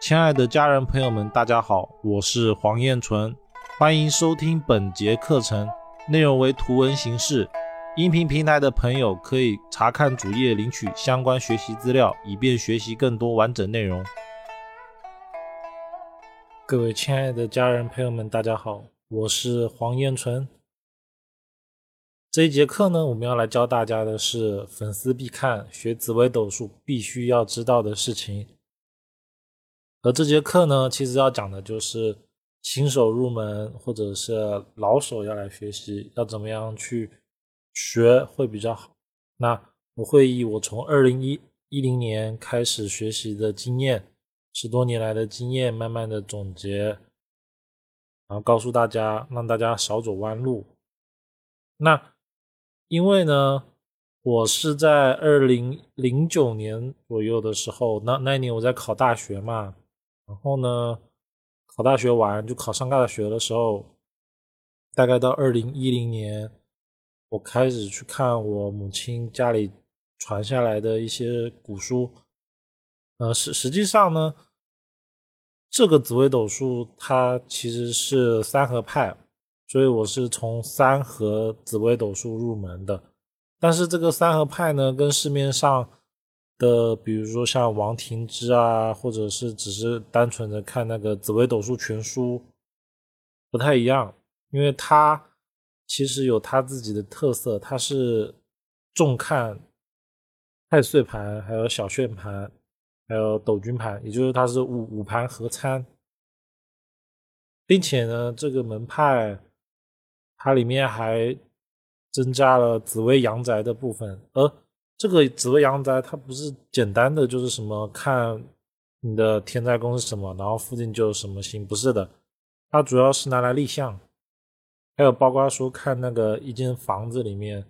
亲爱的家人朋友们，大家好，我是黄彦纯，欢迎收听本节课程，内容为图文形式，音频平台的朋友可以查看主页领取相关学习资料，以便学习更多完整内容。各位亲爱的家人朋友们，大家好，我是黄彦纯。这一节课呢，我们要来教大家的是粉丝必看，学紫微斗数必须要知道的事情。而这节课呢，其实要讲的就是新手入门或者是老手要来学习，要怎么样去学会比较好。那我会以我从2010年开始学习的经验，10多年来的经验，慢慢的总结，然后告诉大家，让大家少走弯路。那因为呢，我是在2009年左右的时候，那一年我在考大学嘛，然后呢，考大学完就考上大学的时候，大概到2010年，我开始去看我母亲家里传下来的一些古书。实际上呢，这个紫微斗数它其实是三合派，所以我是从三合紫微斗数入门的。但是这个三合派呢，跟市面上的比如说像王庭之啊，或者是只是单纯的看那个紫微斗数全书不太一样，因为它其实有它自己的特色，它是重看太岁盘，还有小旋盘，还有斗君盘，也就是它是五盘合参，并且呢，这个门派它里面还增加了紫微阳宅的部分，而这个紫微阳宅它不是简单的就是什么看你的天灾宫是什么，然后附近就有什么星，不是的，它主要是拿来立项，还有包括说看那个一间房子里面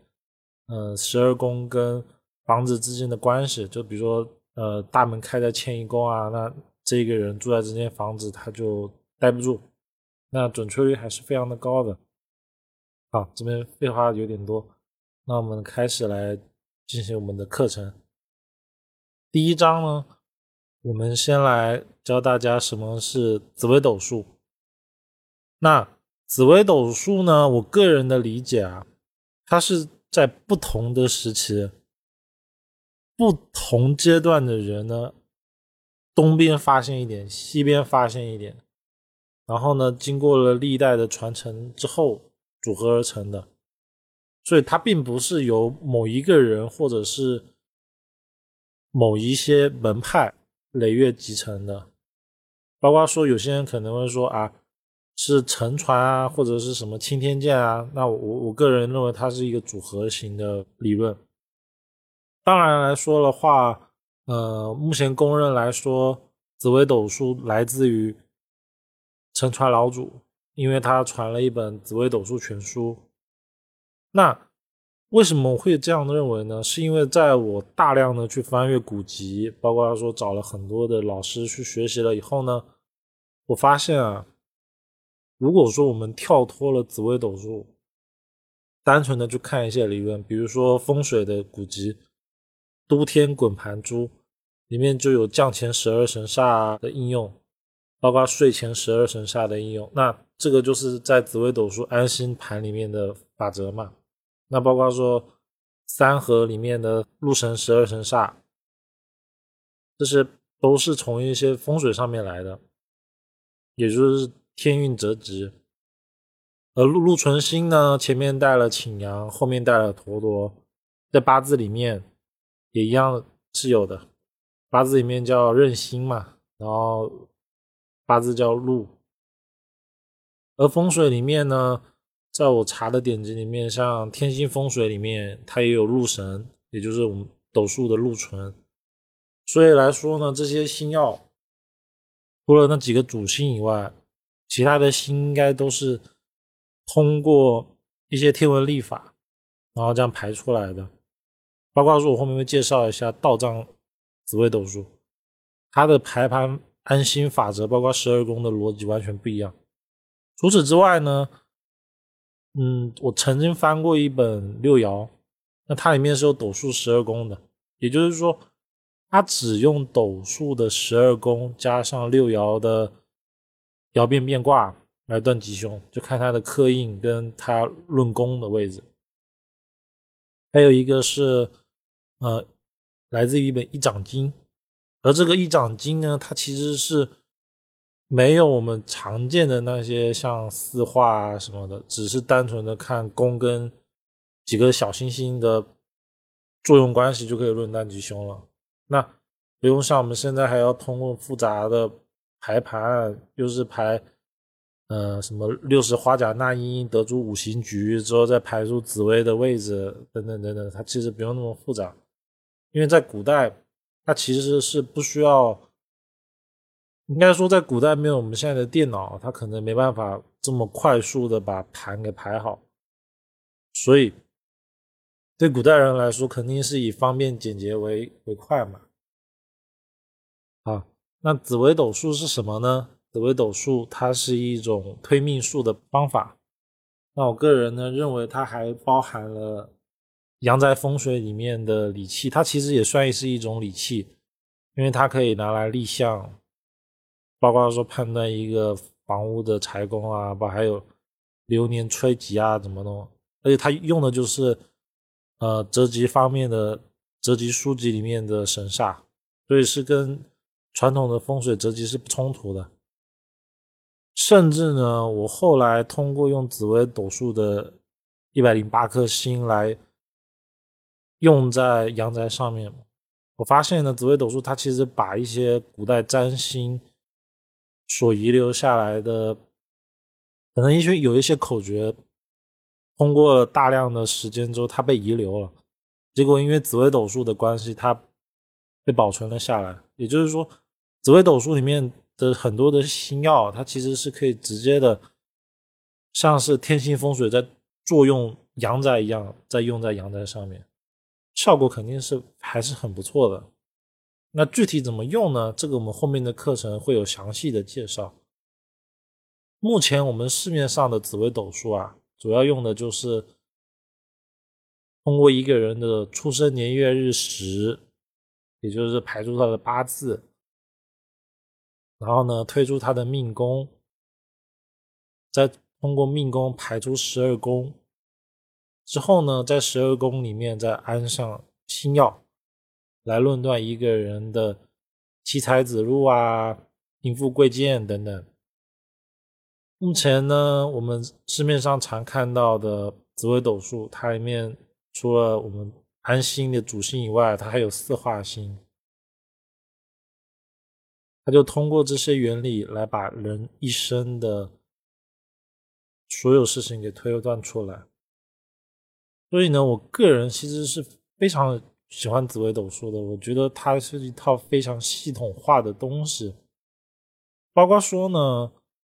12宫跟房子之间的关系，就比如说大门开在迁移宫啊，那这个人住在这间房子他就待不住，那准确率还是非常的高的。好，这边废话有点多，那我们开始来进行我们的课程。第一章呢，我们先来教大家什么是紫微斗数。那紫微斗数呢，我个人的理解啊，它是在不同的时期、不同阶段的人呢，东边发现一点，西边发现一点，然后呢，经过了历代的传承之后组合而成的，所以它并不是由某一个人或者是某一些门派累月集成的，包括说有些人可能会说啊，是沉传啊，或者是什么钦天监啊，那我个人认为它是一个组合型的理论。当然来说的话，目前公认来说，紫微斗数来自于沉传老祖，因为他传了一本紫微斗数全书。那为什么我会这样认为呢？是因为在我大量的去翻阅古籍，包括说找了很多的老师去学习了以后呢，我发现啊，如果说我们跳脱了紫微斗数，单纯的去看一些理论，比如说风水的古籍都天滚盘珠里面就有降前12神煞的应用，包括睡前12神煞的应用，那这个就是在紫微斗数安心盘里面的法则嘛。那包括说三合里面的禄神12神煞，这些都是从一些风水上面来的，也就是天运折吉。而禄存星呢，前面带了擎羊，后面带了陀螺，在八字里面也一样是有的，八字里面叫壬辛嘛，然后八字叫禄。而风水里面呢，在我查的典籍里面，像天星风水里面它也有禄神，也就是我们斗数的禄存。所以来说呢，这些星曜除了那几个主星以外，其他的星应该都是通过一些天文历法然后这样排出来的。包括说我后面会介绍一下道藏紫微斗数，它的排盘安心法则包括12宫的逻辑完全不一样。除此之外呢，我曾经翻过一本六爻，那它里面是有斗数12宫的，也就是说他只用斗数的12宫加上6爻的爻变变卦来断吉凶，就看他的刻印跟他论宫的位置。还有一个是来自于一本《易掌经》，而这个《易掌经》呢，它其实是没有我们常见的那些像四化啊什么的，只是单纯的看宫跟几个小星星的作用关系就可以论断吉凶了。那不用像我们现在还要通过复杂的排盘，又是排什么60花甲纳音得出5行局之后再排出紫微的位置等等等等，它其实不用那么复杂。因为在古代它其实是不需要，应该说在古代没有我们现在的电脑，它可能没办法这么快速的把盘给排好，所以对古代人来说肯定是以方便简洁为快嘛。好，那紫微斗数是什么呢？紫微斗数它是一种推命术的方法，那我个人呢认为它还包含了阳宅风水里面的理气，它其实也算是一种理气，因为它可以拿来立项，包括说判断一个房屋的财宫啊，还有流年催吉啊怎么弄，而且它用的就是择吉方面的择吉书籍里面的神煞，所以是跟传统的风水择吉是不冲突的。甚至呢，我后来通过用紫微斗数的108颗星来用在阳宅上面，我发现呢，紫微斗数它其实把一些古代占星所遗留下来的，可能有一些口诀，通过大量的时间之后，它被遗留了。结果因为紫微斗数的关系，它被保存了下来。也就是说，紫微斗数里面的很多的星曜，它其实是可以直接的，像是天星风水在作用阳宅一样，在用在阳宅上面，效果肯定是还是很不错的。那具体怎么用呢？这个我们后面的课程会有详细的介绍。目前我们市面上的紫微斗数啊，主要用的就是通过一个人的出生年月日时，也就是排出他的八字，然后呢推出他的命宫，再通过命宫排出12宫之后呢，在12宫里面再安上星曜，来论断一个人的奇才子路啊、贫富贵贱等等。目前呢，我们市面上常看到的紫微斗数，它里面除了我们安星的主星以外，它还有四化星。它就通过这些原理来把人一生的所有事情给推断出来。所以呢，我个人其实是非常喜欢紫微斗数的，我觉得它是一套非常系统化的东西。包括说呢，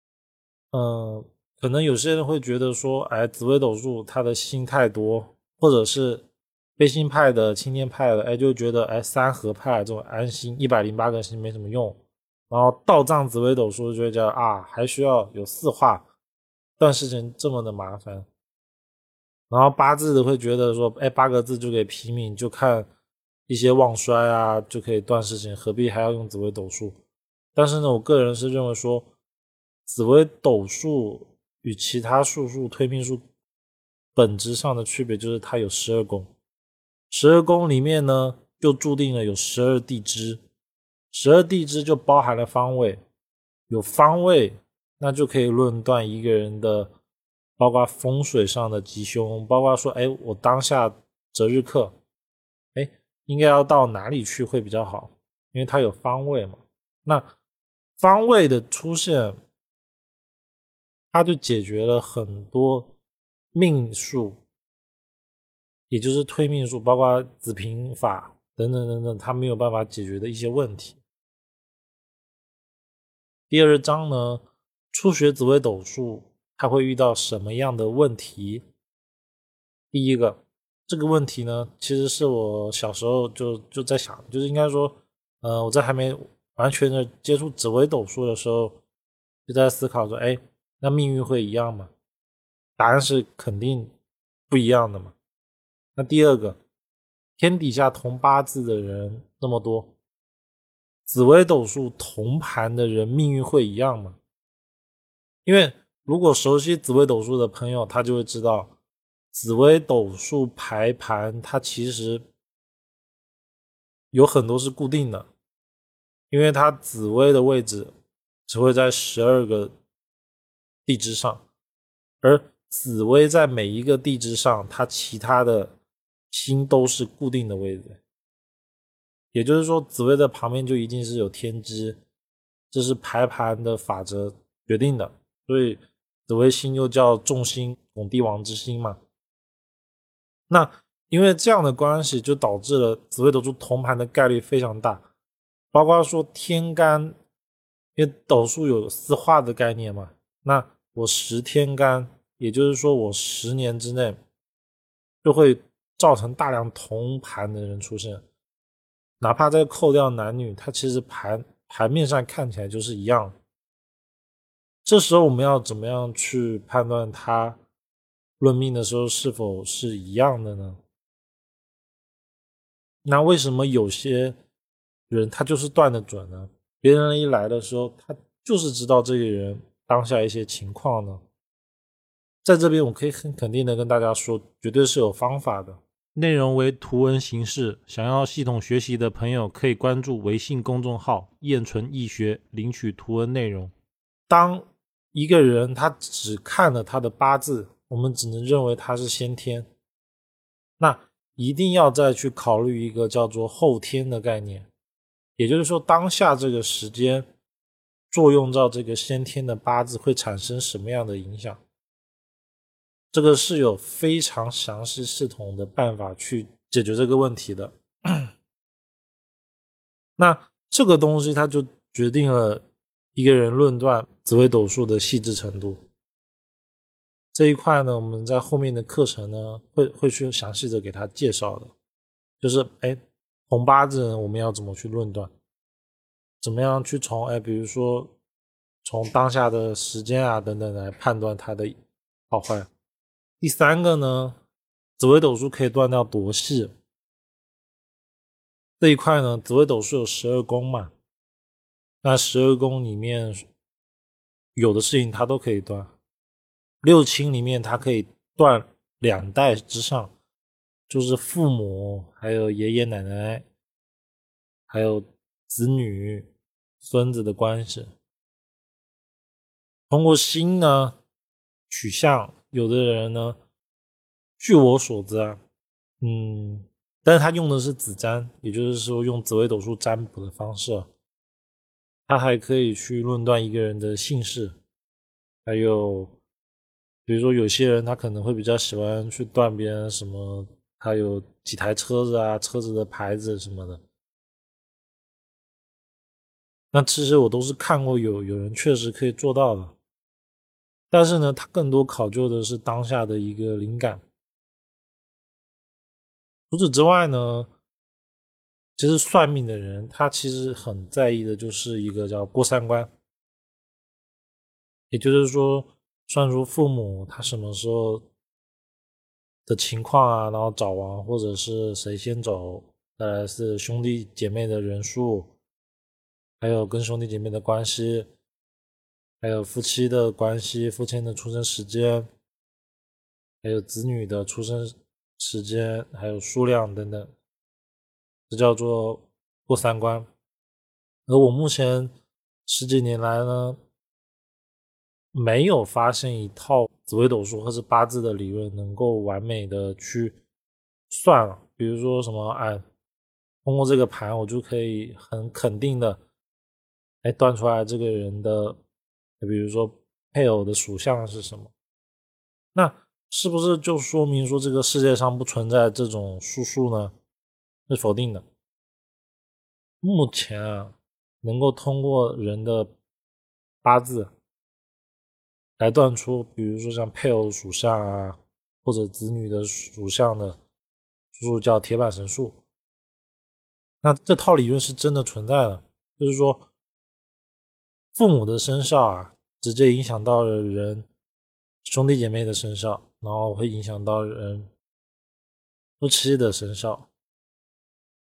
可能有些人会觉得说，哎，紫微斗数它的星太多，或者是飞星派的、青天派的，哎，就觉得哎三合派这种安星108个星没什么用，然后道藏紫微斗数就会觉得啊，还需要有四化，断事情这么的麻烦。然后八字的会觉得说，哎，8个字就给平民，就看一些旺衰啊，就可以断事情，何必还要用紫微斗数？但是呢，我个人是认为说，紫微斗数与其他术数推命术本质上的区别就是它有12宫，12宫里面呢就注定了有12地支，12地支就包含了方位，有方位那就可以论断一个人的，包括风水上的吉凶，包括说，哎，我当下择日课，哎，应该要到哪里去会比较好，因为它有方位嘛。那方位的出现，它就解决了很多命数，也就是推命术，包括子平法等等等等，它没有办法解决的一些问题。第二章呢，初学紫微斗数，它会遇到什么样的问题？第一个，这个问题呢，其实是我小时候就在想，就是应该说，我在还没完全的接触紫微斗数的时候，就在思考说，哎，那命运会一样吗？答案是肯定不一样的嘛。那第二个，天底下同八字的人那么多， 紫微斗数同盘的人命运会一样吗？因为如果熟悉紫微斗数的朋友，他就会知道紫微斗数排盘它其实有很多是固定的，因为它紫微的位置只会在12个地支上，而紫微在每一个地支上，它其他的星都是固定的位置。也就是说，紫微的旁边就一定是有天机，这是排盘的法则决定的。所以紫微星又叫众星拱帝王之星嘛。那因为这样的关系，就导致了紫微斗数同盘的概率非常大。包括说天干，因为斗数有四化的概念嘛，那我10天干，也就是说我10年之内就会造成大量同盘的人出现。哪怕再扣掉男女，它其实盘面上看起来就是一样。这时候我们要怎么样去判断它论命的时候是否是一样的呢？那为什么有些人他就是断得准呢？别人一来的时候，他就是知道这个人当下一些情况呢？在这边我可以很肯定的跟大家说，绝对是有方法的。内容为图文形式，想要系统学习的朋友可以关注微信公众号燕纯易学，领取图文内容。当一个人他只看了他的八字，我们只能认为他是先天，那一定要再去考虑一个叫做后天的概念，也就是说当下这个时间作用到这个先天的八字会产生什么样的影响，这个是有非常详细系统的办法去解决这个问题的。那这个东西它就决定了一个人论断紫微斗数的细致程度。这一块呢，我们在后面的课程呢会去详细的给他介绍的，就是同八字我们要怎么去论断，怎么样去从比如说从当下的时间啊等等来判断它的好坏。第三个呢，紫微斗数可以断掉多细。这一块呢，紫微斗数有12宫嘛，那12宫里面有的事情它都可以断。六亲里面它可以断2代之上，就是父母还有爷爷奶奶还有子女孙子的关系。通过星呢取向，有的人呢据我所知啊，但是他用的是子占，也就是说用紫微斗数占卜的方式，他还可以去论断一个人的姓氏，还有比如说有些人他可能会比较喜欢去断别人什么他有几台车子啊，车子的牌子什么的。那其实我都是看过有人确实可以做到的，但是呢他更多考究的是当下的一个灵感。除此之外呢，其实算命的人他其实很在意的就是一个叫过三关，也就是说算出父母他什么时候的情况啊，然后早亡或者是谁先走，再来是兄弟姐妹的人数，还有跟兄弟姐妹的关系，还有夫妻的关系，父亲的出生时间，还有子女的出生时间，还有数量等等，这叫做过三关。而我目前10几年来呢，没有发现一套紫微斗数或是八字的理论能够完美的去算了。比如说什么通过这个盘我就可以很肯定的断出来这个人的比如说配偶的属相是什么。那是不是就说明说这个世界上不存在这种术数呢？是否定的。目前能够通过人的八字来断出比如说像配偶属相啊或者子女的属相的术数叫铁板神术。那这套理论是真的存在的，就是说父母的生肖直接影响到了人兄弟姐妹的生肖，然后会影响到人夫妻的生肖。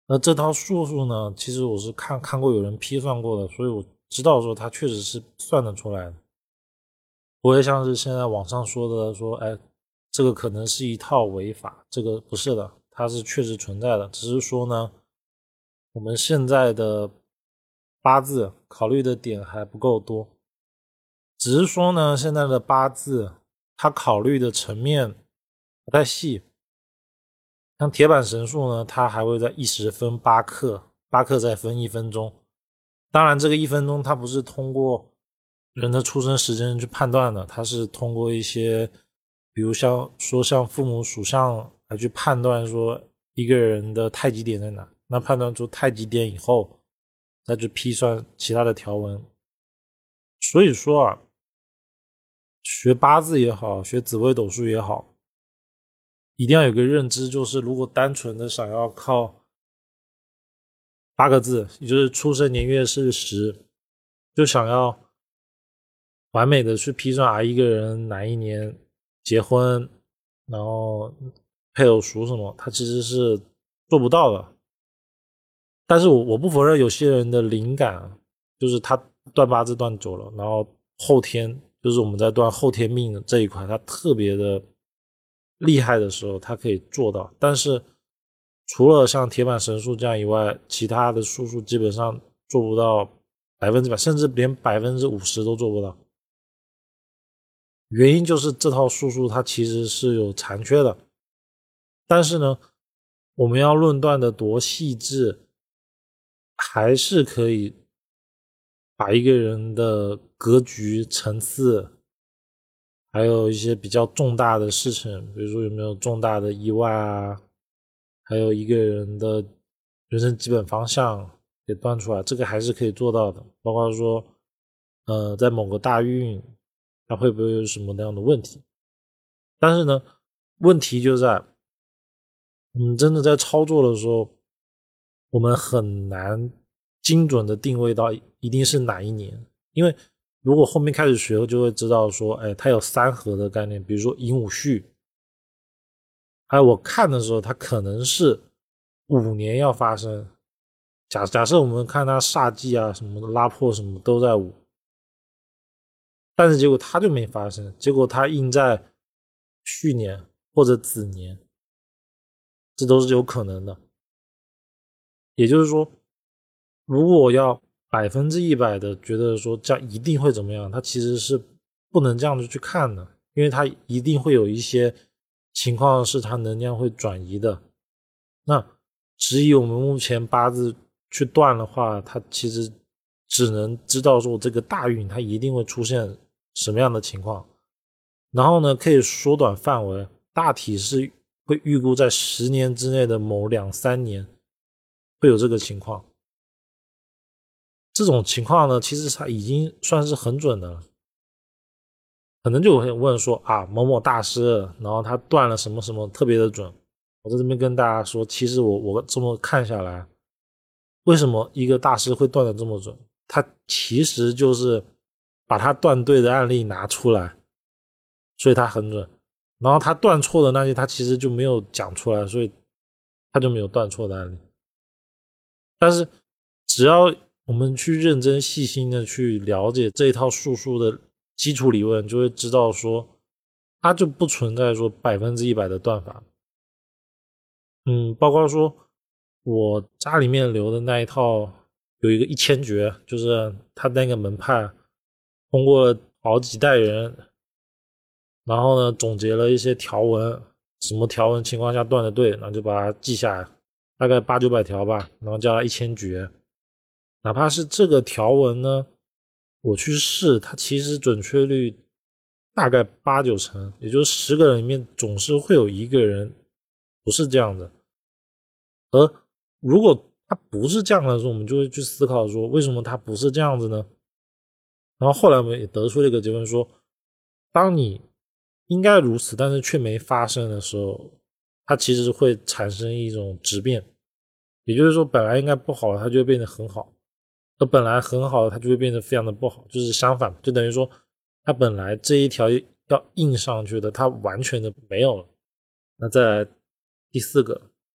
那这套术数呢，其实我是看过有人批算过的，所以我知道说它确实是算得出来的，不会像是现在网上说的说，哎，这个可能是一套违法，这个不是的，它是确实存在的，只是说呢，我们现在的八字考虑的点还不够多，只是说呢，现在的八字它考虑的层面不太细。像铁板神术呢，它还会在一时分8克，8克再分1分钟。当然，这个1分钟它不是通过人的出生时间去判断的，它是通过一些，比如像父母属相来去判断说一个人的太极点在哪。那判断出太极点以后，再去批算其他的条文。所以说啊，学八字也好，学紫微斗数也好，一定要有个认知，就是如果单纯的想要靠8个字，也就是出生年月日时，就想要完美的去批算一个人哪一年结婚，然后配偶属什么，他其实是做不到的。但是我不否认有些人的灵感，就是他断八字断久了，然后后天就是我们在断后天命的这一块，他特别的厉害的时候，他可以做到。但是除了像铁板神术这样以外，其他的术数基本上做不到100%，甚至连50%都做不到。原因就是这套术数它其实是有残缺的。但是呢，我们要论断的多细致，还是可以把一个人的格局、层次，还有一些比较重大的事情，比如说有没有重大的意外啊，还有一个人的人生基本方向给断出来，这个还是可以做到的。包括说，在某个大运，它会不会有什么样的问题？但是呢，问题就在，真的在操作的时候，我们很难精准的定位到一定是哪一年，因为如果后面开始学，就会知道说，哎，它有3合的概念，比如说寅午戌，哎，我看的时候，它可能是5年要发生。假设我们看它煞忌啊什么的拉破什么都在5，但是结果它就没发生，结果它印在戌年或者子年，这都是有可能的。也就是说，如果我要100%的觉得说这样一定会怎么样，它其实是不能这样子去看的，因为它一定会有一些情况是它能量会转移的。那只以我们目前八字去断的话，它其实只能知道说这个大运它一定会出现什么样的情况，然后呢可以缩短范围，大体是会预估在10年之内的某2、3年会有这个情况。这种情况呢，其实它已经算是很准的了。可能就会问说啊，某某大师，然后他断了什么什么特别的准。我在这边跟大家说，其实我这么看下来，为什么一个大师会断的这么准？他其实就是把他断对的案例拿出来，所以他很准。然后他断错的那些，他其实就没有讲出来，所以他就没有断错的案例。但是只要我们去认真细心的去了解这一套术数的基础理论，就会知道说它就不存在说100%的断法。包括说我家里面留的那一套有一个1000诀，就是他那个门派通过好几代人，然后呢总结了一些条文，什么条文情况下断的对，然后就把它记下来，大概800-900条吧，然后叫它1000诀。哪怕是这个条文呢，我去试，它其实准确率大概8-9成，也就是10个人里面总是会有1个人不是这样的。而如果它不是这样的时候，我们就会去思考说，为什么它不是这样子呢？然后后来我们也得出了一个结论说，当你应该如此，但是却没发生的时候，它其实会产生一种质变，也就是说，本来应该不好的，它就会变得很好。而本来很好的，它就会变得非常的不好，就是相反，就等于说，它本来这一条要印上去的，它完全的没有了。那再来第4个，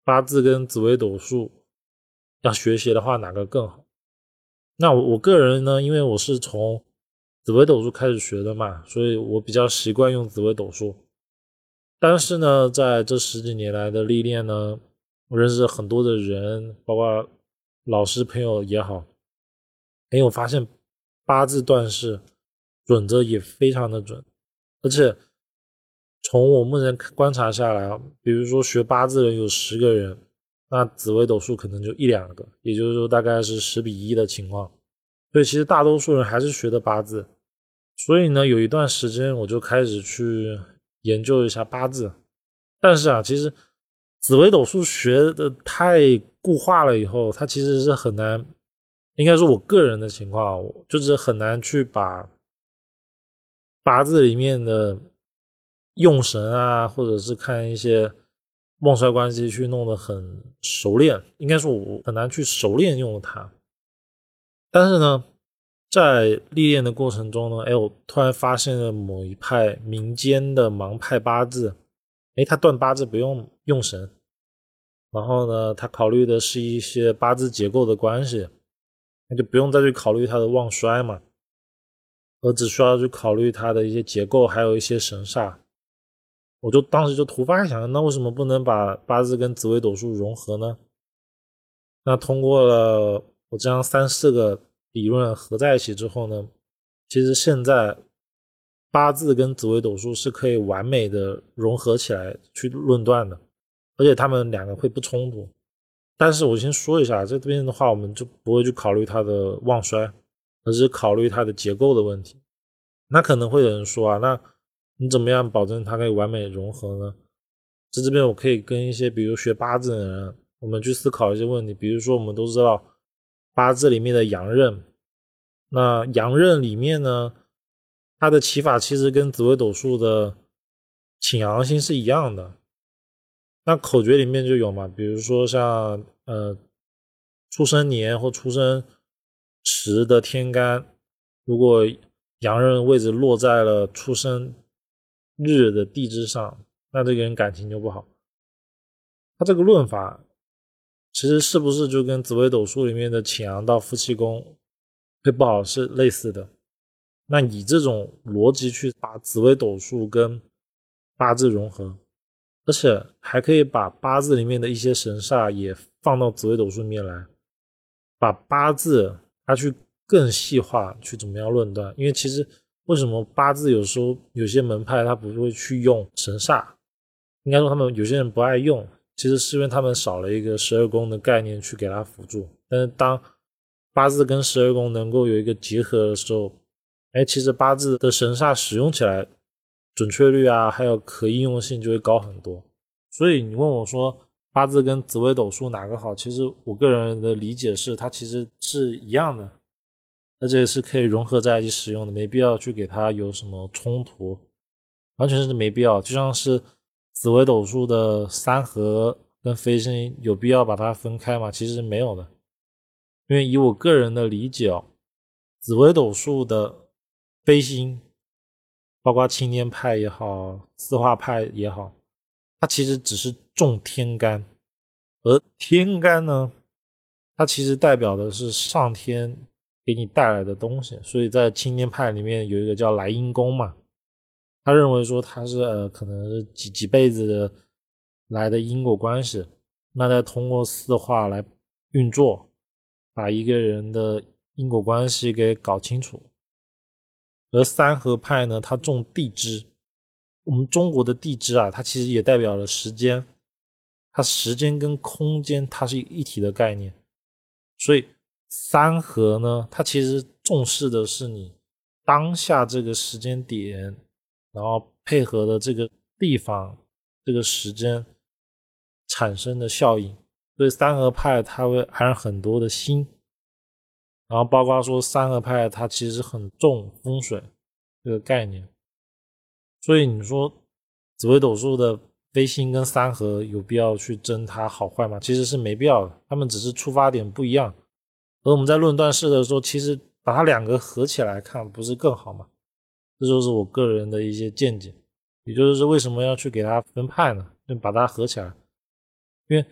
八字跟紫微斗数要学习的话哪个更好？那我个人呢，因为我是从紫微斗数开始学的嘛，所以我比较习惯用紫微斗数。但是呢，在这十几年来的历练呢，我认识很多的人，包括老师朋友也好，我发现八字断事准则也非常的准，而且从我目前观察下来啊，比如说学八字的人有10个人，那紫微斗数可能就1、2个，也就是说大概是10:1的情况。所以其实大多数人还是学的八字。所以呢，有一段时间我就开始去研究一下八字。但是啊，其实紫微斗数学的太固化了以后，它其实是很难，应该说我个人的情况，就是很难去把八字里面的用神啊，或者是看一些孟衰关系去弄得很熟练，应该说我很难去熟练用它。但是呢，在历练的过程中呢，我突然发现了某一派民间的盲派八字，他断八字不用用神，然后呢，他考虑的是一些八字结构的关系，那就不用再去考虑它的旺衰嘛，而只需要去考虑它的一些结构，还有一些神煞。我就当时就突发想，那为什么不能把八字跟紫微斗数融合呢？那通过了我这样3、4个理论合在一起之后呢，其实现在八字跟紫微斗数是可以完美的融合起来去论断的，而且他们两个会不冲突。但是我先说一下，这边的话我们就不会去考虑它的旺衰，而是考虑它的结构的问题。那可能会有人说啊，那你怎么样保证它可以完美融合呢？在这边我可以跟一些比如学八字的人，我们去思考一些问题。比如说我们都知道八字里面的阳刃，那阳刃里面呢，它的起法其实跟紫微斗数的请阳星是一样的。那口诀里面就有嘛，比如说像出生年或出生时的天干，如果阳刃位置落在了出生日的地支上，那这个人感情就不好。他这个论法其实是不是就跟紫微斗数里面的请阳到夫妻宫会不好是类似的？那以这种逻辑去把紫微斗数跟八字融合，而且还可以把八字里面的一些神煞也放到紫微斗数里面来，把八字它去更细化去怎么样论断。因为其实为什么八字有时候有些门派他不会去用神煞，应该说他们有些人不爱用，其实是因为他们少了一个12宫的概念去给它辅助。但是当八字跟12宫能够有一个结合的时候，其实八字的神煞使用起来准确率啊，还有可应用性就会高很多。所以你问我说八字跟紫微斗数哪个好，其实我个人的理解是它其实是一样的，而且是可以融合在一起使用的，没必要去给它有什么冲突，完全是没必要。就像是紫微斗数的三合跟飞星有必要把它分开吗？其实没有的。因为以我个人的理解紫微斗数的飞星，包括青年派也好，四化派也好，它其实只是重天干，而天干呢，它其实代表的是上天给你带来的东西。所以在青年派里面有一个叫来因宫嘛，他认为说它是可能是几辈子的来的因果关系，那再通过四化来运作，把一个人的因果关系给搞清楚。而三合派呢，它重地支。我们中国的地支啊，它其实也代表了时间，它时间跟空间它是一体的概念。所以三合呢，它其实重视的是你当下这个时间点，然后配合的这个地方这个时间产生的效应。所以三合派它会安很多的星，然后包括说三合派它其实很重风水这个概念。所以你说紫微斗数的飞星跟三合有必要去争它好坏吗？其实是没必要的，他们只是出发点不一样。而我们在论断式的时候，其实把它两个合起来看不是更好吗？这就是我个人的一些见解。也就是为什么要去给它分派呢？就把它合起来。因为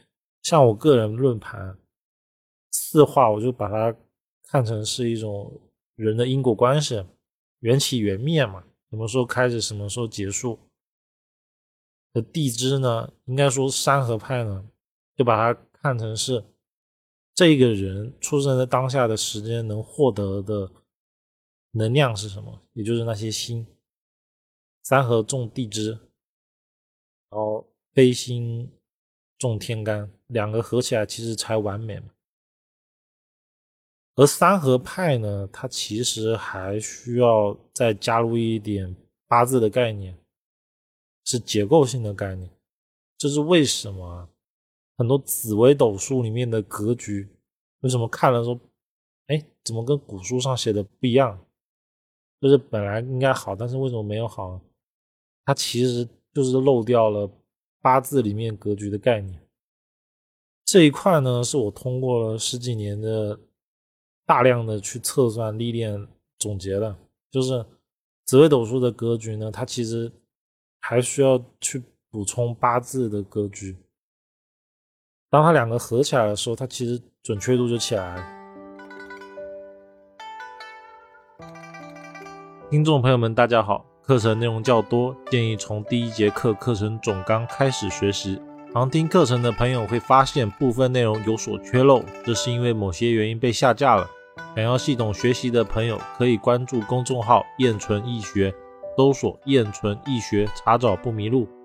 像我个人论盘四化，我就把它看成是一种人的因果关系，缘起缘灭嘛，什么时候开始什么时候结束。地支呢，应该说山河派呢，就把它看成是这个人出生在当下的时间能获得的能量是什么，也就是那些星。山河重地支，然后飞星重天干，两个合起来其实才完美嘛。而三合派呢，它其实还需要再加入一点八字的概念，是结构性的概念。这是为什么啊？很多紫微斗数里面的格局，为什么看了说，怎么跟古书上写的不一样？就是本来应该好，但是为什么没有好呢？它其实就是漏掉了八字里面格局的概念。这一块呢，是我通过了10几年的大量的去测算历练总结的，就是紫微斗数的格局呢，它其实还需要去补充八字的格局。当它两个合起来的时候，它其实准确度就起来了。听众朋友们大家好，课程内容较多，建议从第一节课课程总纲开始学习。常听课程的朋友会发现部分内容有所缺漏，这是因为某些原因被下架了。想要系统学习的朋友可以关注公众号燕纯易学，搜索燕纯易学，查找不迷路。